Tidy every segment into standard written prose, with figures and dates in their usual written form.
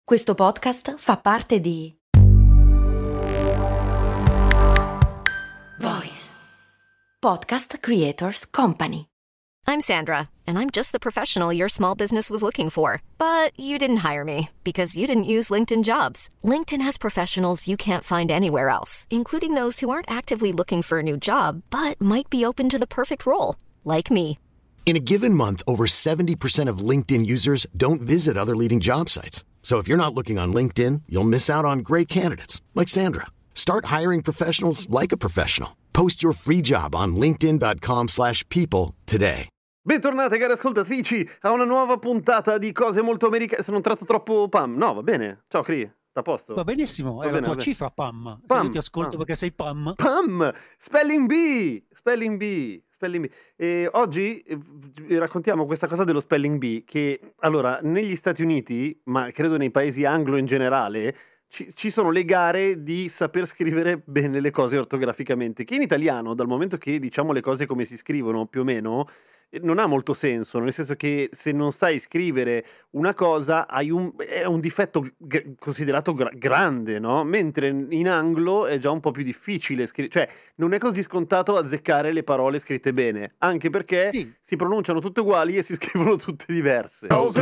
Questo podcast fa parte di Voice Podcast Creators Company. I'm Sandra, and I'm just the professional your small business was looking for. But you didn't hire me because you didn't use LinkedIn Jobs. LinkedIn has professionals you can't find anywhere else, including those who aren't actively looking for a new job, but might be open to the perfect role, like me. In a given month, over 70% of LinkedIn users don't visit other leading job sites. So if you're not looking on LinkedIn, you'll miss out on great candidates like Sandra. Start hiring professionals like a professional. Post your free job on linkedin.com/people today. Bentornate cari ascoltatrici a una nuova puntata di Cose Molto Americane. Se non tratto troppo Pam. No, va bene. Ciao Cri, a posto? Va benissimo, è la tua cifra Pam. Io ti ascolto perché sei Pam. Pam! Spelling bee! E oggi raccontiamo questa cosa dello spelling bee che, allora, negli Stati Uniti, ma credo nei paesi anglo in generale, ci sono le gare di saper scrivere bene le cose ortograficamente, che in italiano, dal momento che diciamo le cose come si scrivono più o meno, non ha molto senso, nel senso che se non sai scrivere una cosa è un difetto considerato grande, no? Mentre in anglo è già un po' più difficile cioè non è così scontato azzeccare le parole scritte bene, anche perché si pronunciano tutte uguali e si scrivono tutte diverse. Cose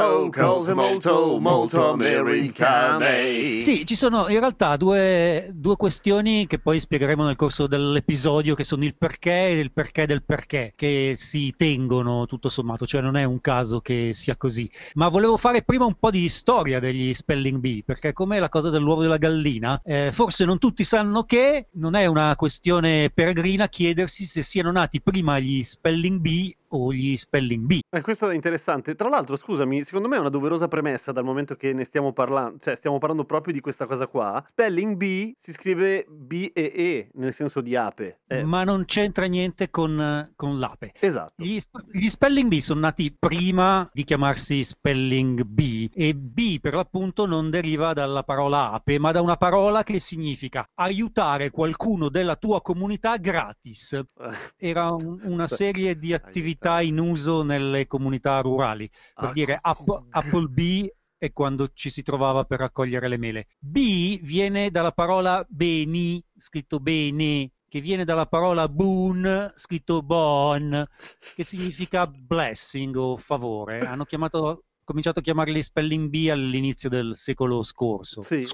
molto americane. Sì, ci sono in realtà due questioni che poi spiegheremo nel corso dell'episodio, che sono il perché e il perché del perché, che si tengono tutto sommato, cioè non è un caso che sia così. Ma volevo fare prima un po' di storia degli spelling bee, perché come la cosa dell'uovo e della gallina, forse non tutti sanno che non è una questione peregrina chiedersi se siano nati prima gli spelling bee o gli spelling bee. Questo è interessante. Tra l'altro, scusami, secondo me è una doverosa premessa dal momento che ne stiamo parlando, cioè stiamo parlando proprio di questa cosa qua. Spelling bee si scrive B-E-E, nel senso di ape. Ma non c'entra niente con l'ape. Esatto. Gli spelling bee sono nati prima di chiamarsi spelling bee, e bee per l'appunto non deriva dalla parola ape, ma da una parola che significa aiutare qualcuno della tua comunità gratis. Era una serie di attività in uso nelle comunità rurali, per dire apple bee è quando ci si trovava per raccogliere le mele. Bee viene dalla parola beni, scritto bene, che viene dalla parola boon, scritto bon, che significa blessing o favore. Hanno cominciato a chiamarli spelling bee all'inizio del secolo scorso. Sì,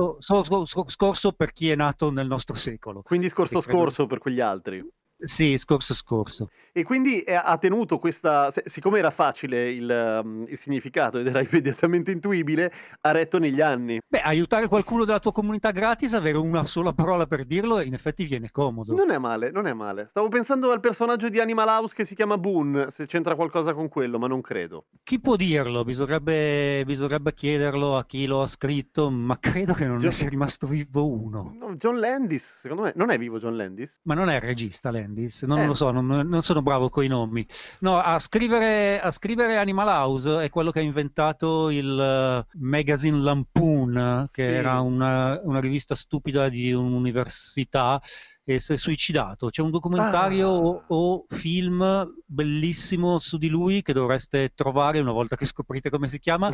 scorso per chi è nato nel nostro secolo. Quindi scorso per quegli altri. Sì, scorso. E quindi ha tenuto questa, siccome era facile il significato ed era immediatamente intuibile, ha retto negli anni. Beh, aiutare qualcuno della tua comunità gratis, avere una sola parola per dirlo, in effetti viene comodo. Non è male. Stavo pensando al personaggio di Animal House che si chiama Boone, se c'entra qualcosa con quello, ma non credo. Chi può dirlo? Bisognerebbe chiederlo a chi lo ha scritto, ma credo che non ne sia rimasto vivo uno. No, John Landis, secondo me. Non è vivo John Landis? Ma non è il regista Landis? Non lo so, non sono bravo coi nomi. No, a scrivere Animal House è quello che ha inventato il Magazine Lampoon, che era una rivista stupida di un'università, e si è suicidato. C'è un documentario o film bellissimo su di lui che dovreste trovare una volta che scoprite come si chiama.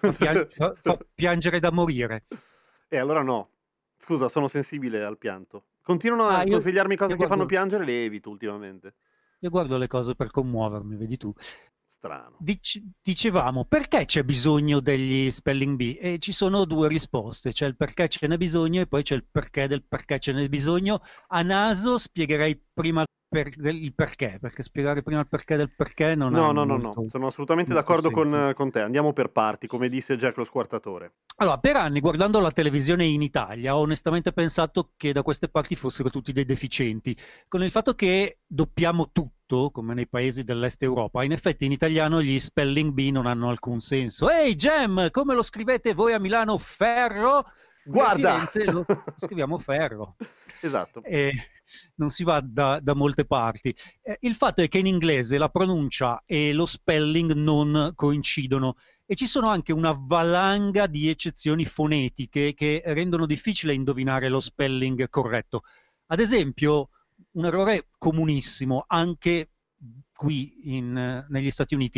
Fa piangere da morire. E allora no. Scusa, sono sensibile al pianto. Continuano a consigliarmi cose che fanno piangere, le evito ultimamente. Io guardo le cose per commuovermi, vedi tu. Strano. Dicevamo, perché c'è bisogno degli spelling bee? E ci sono due risposte, c'è il perché ce n'è bisogno e poi c'è il perché del perché ce n'è bisogno. A naso spiegherei prima il perché, perché spiegare prima il perché del perché non No, sono assolutamente d'accordo con te. Andiamo per parti, come disse Jack lo Squartatore. Allora, per anni, guardando la televisione in Italia, ho onestamente pensato che da queste parti fossero tutti dei deficienti. Con il fatto che doppiamo tutto, come nei paesi dell'Est Europa, in effetti in italiano gli spelling bee non hanno alcun senso. Ehi, Gem, come lo scrivete voi a Milano? Ferro? Guarda! A Firenze lo scriviamo ferro. Esatto. Non si va da molte parti. Il fatto è che in inglese la pronuncia e lo spelling non coincidono, e ci sono anche una valanga di eccezioni fonetiche che rendono difficile indovinare lo spelling corretto. Ad esempio, un errore comunissimo anche qui negli Stati Uniti: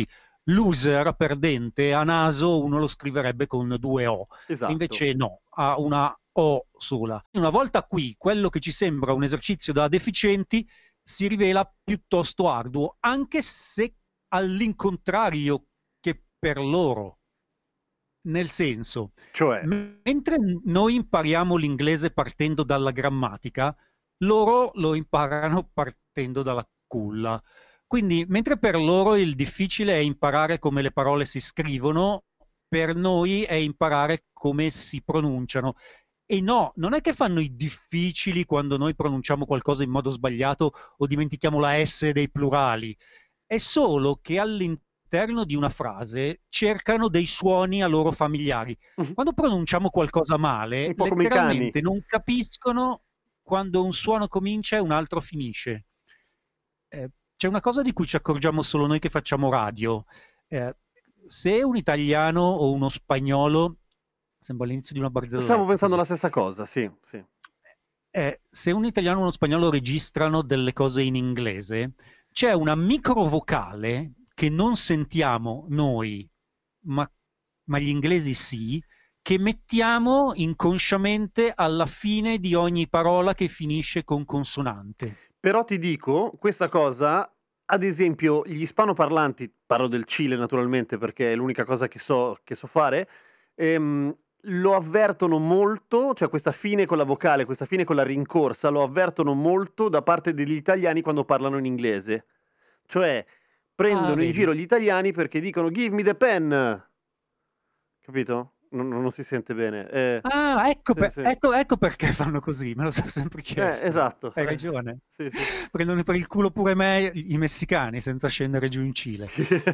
loser, perdente, a naso uno lo scriverebbe con 2 O. Esatto. Invece no, ha una O sola. Una volta qui, quello che ci sembra un esercizio da deficienti si rivela piuttosto arduo, anche se all'incontrario che per loro. Nel senso, Cioè, mentre noi impariamo l'inglese partendo dalla grammatica, loro lo imparano partendo dalla culla. Quindi, mentre per loro il difficile è imparare come le parole si scrivono, per noi è imparare come si pronunciano. E no, non è che fanno i difficili quando noi pronunciamo qualcosa in modo sbagliato o dimentichiamo la S dei plurali. È solo che all'interno di una frase cercano dei suoni a loro familiari. Quando pronunciamo qualcosa male, Un po' come i letteralmente cani. non capiscono quando un suono comincia e un altro finisce. C'è una cosa di cui ci accorgiamo solo noi che facciamo radio. Se un italiano o uno spagnolo, sembra l'inizio di una barzelletta. Stavo pensando così. la stessa cosa, sì. Se un italiano o uno spagnolo registrano delle cose in inglese, c'è una microvocale che non sentiamo noi, ma gli inglesi sì, che mettiamo inconsciamente alla fine di ogni parola che finisce con consonante. Però ti dico, questa cosa, ad esempio, gli ispanoparlanti, parlo del Cile naturalmente perché è l'unica cosa che so fare, lo avvertono molto, cioè questa fine con la vocale, questa fine con la rincorsa, lo avvertono molto da parte degli italiani quando parlano in inglese. Cioè, prendono in vedi. giro gli italiani perché dicono give me the pen. Capito? Non si sente bene. Sì. Ecco perché fanno così, me lo sono sempre chiesto. Esatto. Hai ragione. Sì. Prendono per il culo pure me i messicani senza scendere giù in Cile.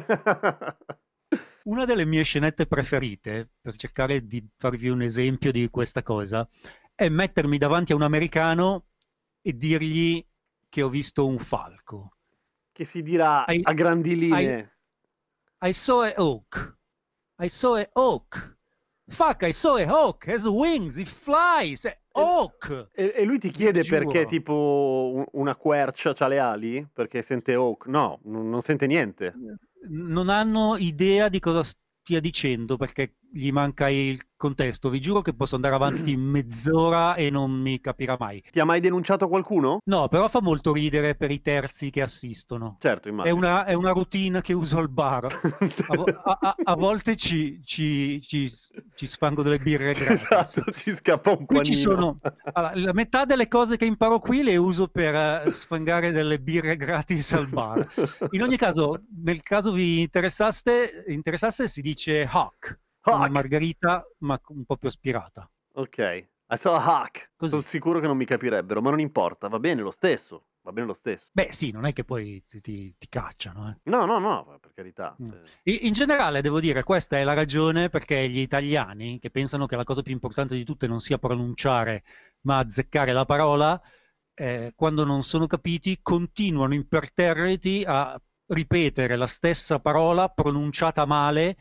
Una delle mie scenette preferite, per cercare di farvi un esempio di questa cosa, è mettermi davanti a un americano e dirgli che ho visto un falco. Che si dirà I- a grandi linee. I saw a hawk. I saw a hawk. Fuck, I saw a hawk. Has wings. It flies. Hawk. E lui ti chiede Giuro. perché tipo una quercia c'ha le ali? Perché sente Hawk? No, non sente niente. Non hanno idea di cosa stia dicendo perché gli manca il contesto. Vi giuro che posso andare avanti mezz'ora e non mi capirà mai. Ti ha mai denunciato qualcuno? No, però fa molto ridere per i terzi che assistono. Certo, È immagino. una routine che uso al bar. A volte ci sfango delle birre gratis. Esatto, ci scappa un Qui panino. ci sono allora, la metà delle cose che imparo qui le uso per sfangare delle birre gratis al bar. In ogni caso, nel caso vi interessasse si dice hawk, una Hawk. margarita ma un po' più aspirata. Ok, I saw a hawk. Così. Sono sicuro che non mi capirebbero, ma non importa, va bene lo stesso. Va bene lo stesso. Beh sì, non è che poi ti cacciano. No, per carità. Mm. Cioè, In generale, devo dire, questa è la ragione perché gli italiani, che pensano che la cosa più importante di tutte non sia pronunciare, ma azzeccare la parola, quando non sono capiti, continuano imperterriti a ripetere la stessa parola pronunciata male,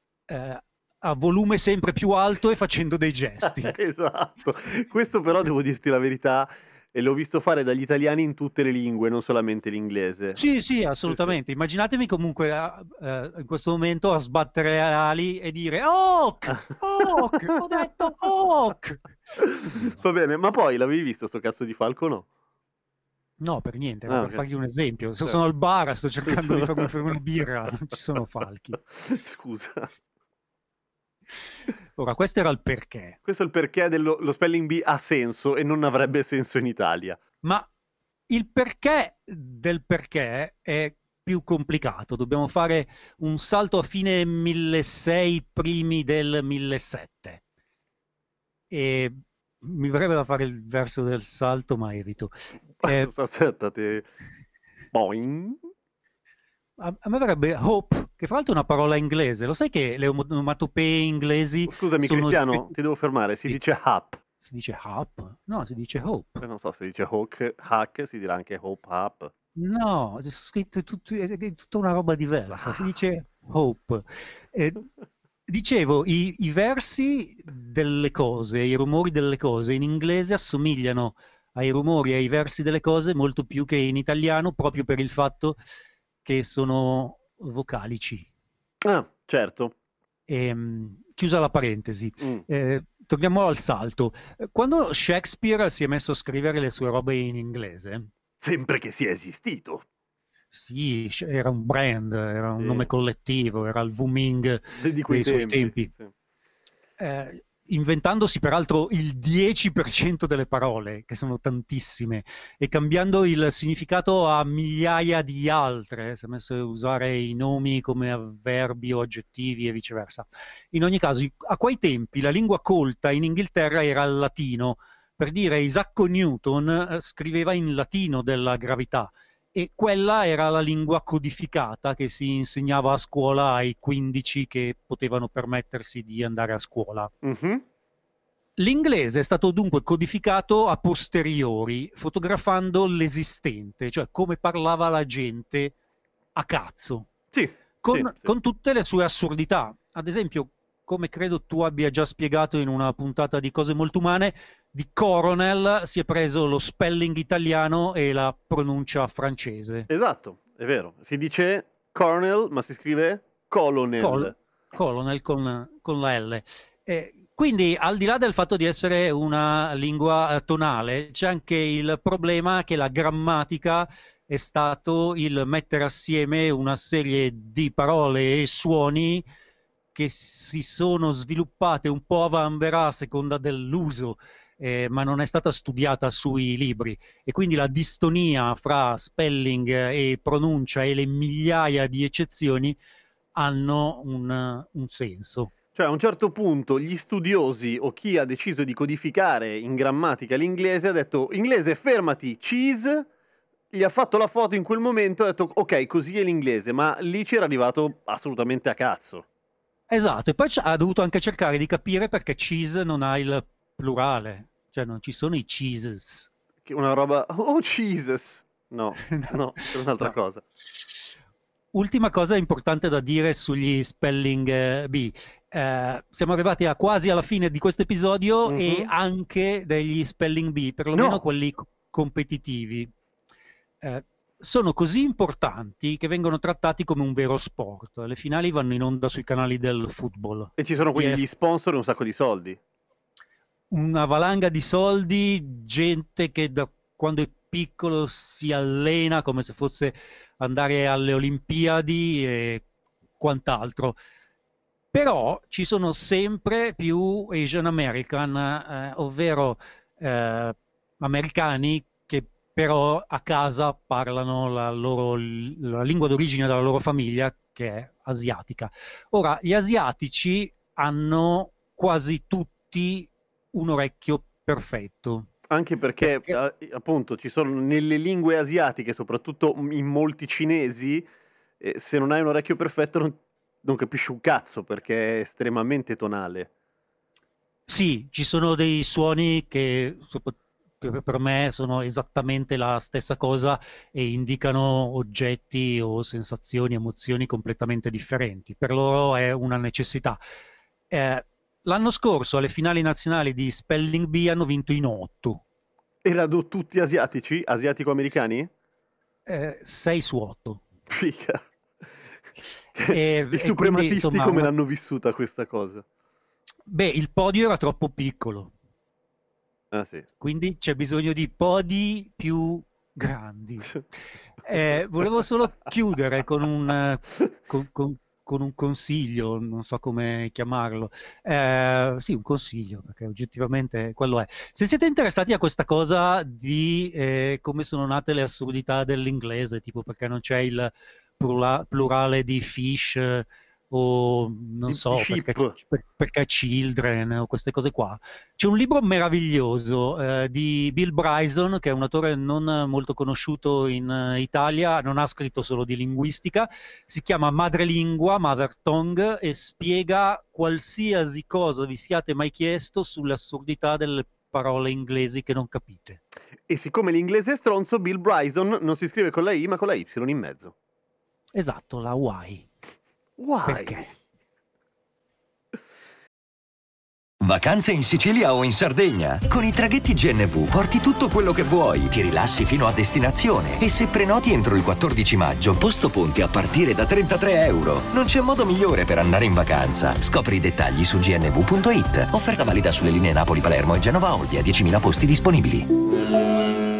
a volume sempre più alto e facendo dei gesti. Esatto. Questo però devo dirti la verità, e l'ho visto fare dagli italiani in tutte le lingue, non solamente l'inglese. Sì, assolutamente. Immaginatemi comunque in questo momento a sbattere le ali e dire Hawk! Hawk! Ho detto Hawk! Va bene, ma poi l'avevi visto sto cazzo di falco o no? No, per niente, era per ok. fargli un esempio. Certo. Sono al bar, sto cercando di farmi una birra, non ci sono falchi. Scusa. Ora, questo era il perché. Questo è il perché lo spelling bee ha senso e non avrebbe senso in Italia. Ma il perché del perché è più complicato. Dobbiamo fare un salto a fine 1600, primi del 1700. E mi verrebbe da fare il verso del salto, ma evito. Aspetta, Boing. A me verrebbe hope, che fra l'altro è una parola inglese. Lo sai che le onomatopee inglesi Scusami sono Cristiano, ti devo fermare, si Sì. dice hap. Si dice hop? No, si dice hope. Non so se dice hack, si dirà anche hope hap. No, è scritto è tutta una roba diversa. Si dice hope. Dicevo, i versi delle cose, i rumori delle cose in inglese assomigliano ai rumori e ai versi delle cose molto più che in italiano, proprio per il fatto che sono vocalici. Ah, certo. Chiusa la parentesi. Torniamo al salto. Quando Shakespeare si è messo a scrivere le sue robe in inglese, Sempre che sia esistito. sì, era un brand, era un nome collettivo, era il Wu-Ming Di quei dei suoi tempi. Sì. Inventandosi peraltro il 10% delle parole, che sono tantissime, e cambiando il significato a migliaia di altre, si è messo a usare i nomi come avverbi o aggettivi e viceversa. In ogni caso, a quei tempi la lingua colta in Inghilterra era il latino. Per dire, Isacco Newton scriveva in latino della gravità, e quella era la lingua codificata che si insegnava a scuola ai 15 che potevano permettersi di andare a scuola. Mm-hmm. L'inglese è stato dunque codificato a posteriori, fotografando l'esistente, cioè come parlava la gente a cazzo, con tutte le sue assurdità. Ad esempio, come credo tu abbia già spiegato in una puntata di Cose Molto Umane, di coronel si è preso lo spelling italiano e la pronuncia francese. Esatto, è vero. Si dice colonel, ma si scrive colonel. Colonel con la L. Quindi, al di là del fatto di essere una lingua tonale, c'è anche il problema che la grammatica è stato il mettere assieme una serie di parole e suoni che si sono sviluppate un po' a vanvera a seconda dell'uso, ma non è stata studiata sui libri, e quindi la distonia fra spelling e pronuncia e le migliaia di eccezioni hanno un senso. Cioè, a un certo punto gli studiosi o chi ha deciso di codificare in grammatica l'inglese ha detto: inglese, fermati, cheese, gli ha fatto la foto in quel momento e ha detto ok, così è l'inglese, ma lì c'era arrivato assolutamente a cazzo. Esatto, e poi ha dovuto anche cercare di capire perché cheese non ha il plurale, cioè non ci sono i cheeses. Che una roba... Oh, Jesus! No, no, è un'altra cosa. Ultima cosa importante da dire sugli spelling bee. Siamo arrivati quasi alla fine di questo episodio e anche degli spelling bee, perlomeno quelli competitivi. Sono così importanti che vengono trattati come un vero sport. Le finali vanno in onda sui canali del football. E ci sono quindi gli sponsor e un sacco di soldi. Una valanga di soldi, gente che da quando è piccolo si allena come se fosse andare alle Olimpiadi e quant'altro. Però ci sono sempre più Asian American, ovvero americani che però a casa parlano la lingua d'origine della loro famiglia, che è asiatica. Ora, gli asiatici hanno quasi tutti un orecchio perfetto. Anche perché appunto ci sono nelle lingue asiatiche, soprattutto in molti cinesi, se non hai un orecchio perfetto non capisci un cazzo, perché è estremamente tonale. Sì, ci sono dei suoni che per me sono esattamente la stessa cosa e indicano oggetti o sensazioni, emozioni completamente differenti. Per loro è una necessità. L'anno scorso alle finali nazionali di Spelling Bee hanno vinto in 8. Erano tutti asiatici? Asiatico-americani? 6 su 8. Figa. I suprematisti quindi, insomma, come l'hanno vissuta questa cosa? Beh, il podio era troppo piccolo. Ah, sì. Quindi c'è bisogno di podi più grandi. Volevo solo chiudere con un consiglio, non so come chiamarlo. Sì, un consiglio, perché oggettivamente quello è. Se siete interessati a questa cosa di come sono nate le assurdità dell'inglese, tipo perché non c'è il plurale di fish o non so, perché children o queste cose qua. C'è un libro meraviglioso di Bill Bryson, che è un autore non molto conosciuto in Italia, non ha scritto solo di linguistica, si chiama Madrelingua, Mother Tongue, e spiega qualsiasi cosa vi siate mai chiesto sulle assurdità delle parole inglesi che non capite. E siccome l'inglese è stronzo, Bill Bryson non si scrive con la I ma con la Y in mezzo. Esatto, la Y. Why? Perché? Vacanze in Sicilia o in Sardegna? Con i traghetti GNV porti tutto quello che vuoi, ti rilassi fino a destinazione e se prenoti entro il 14 maggio, posto ponti a partire da €33. Non c'è modo migliore per andare in vacanza. Scopri i dettagli su gnv.it. Offerta valida sulle linee Napoli-Palermo e Genova-Olbia, 10.000 posti disponibili.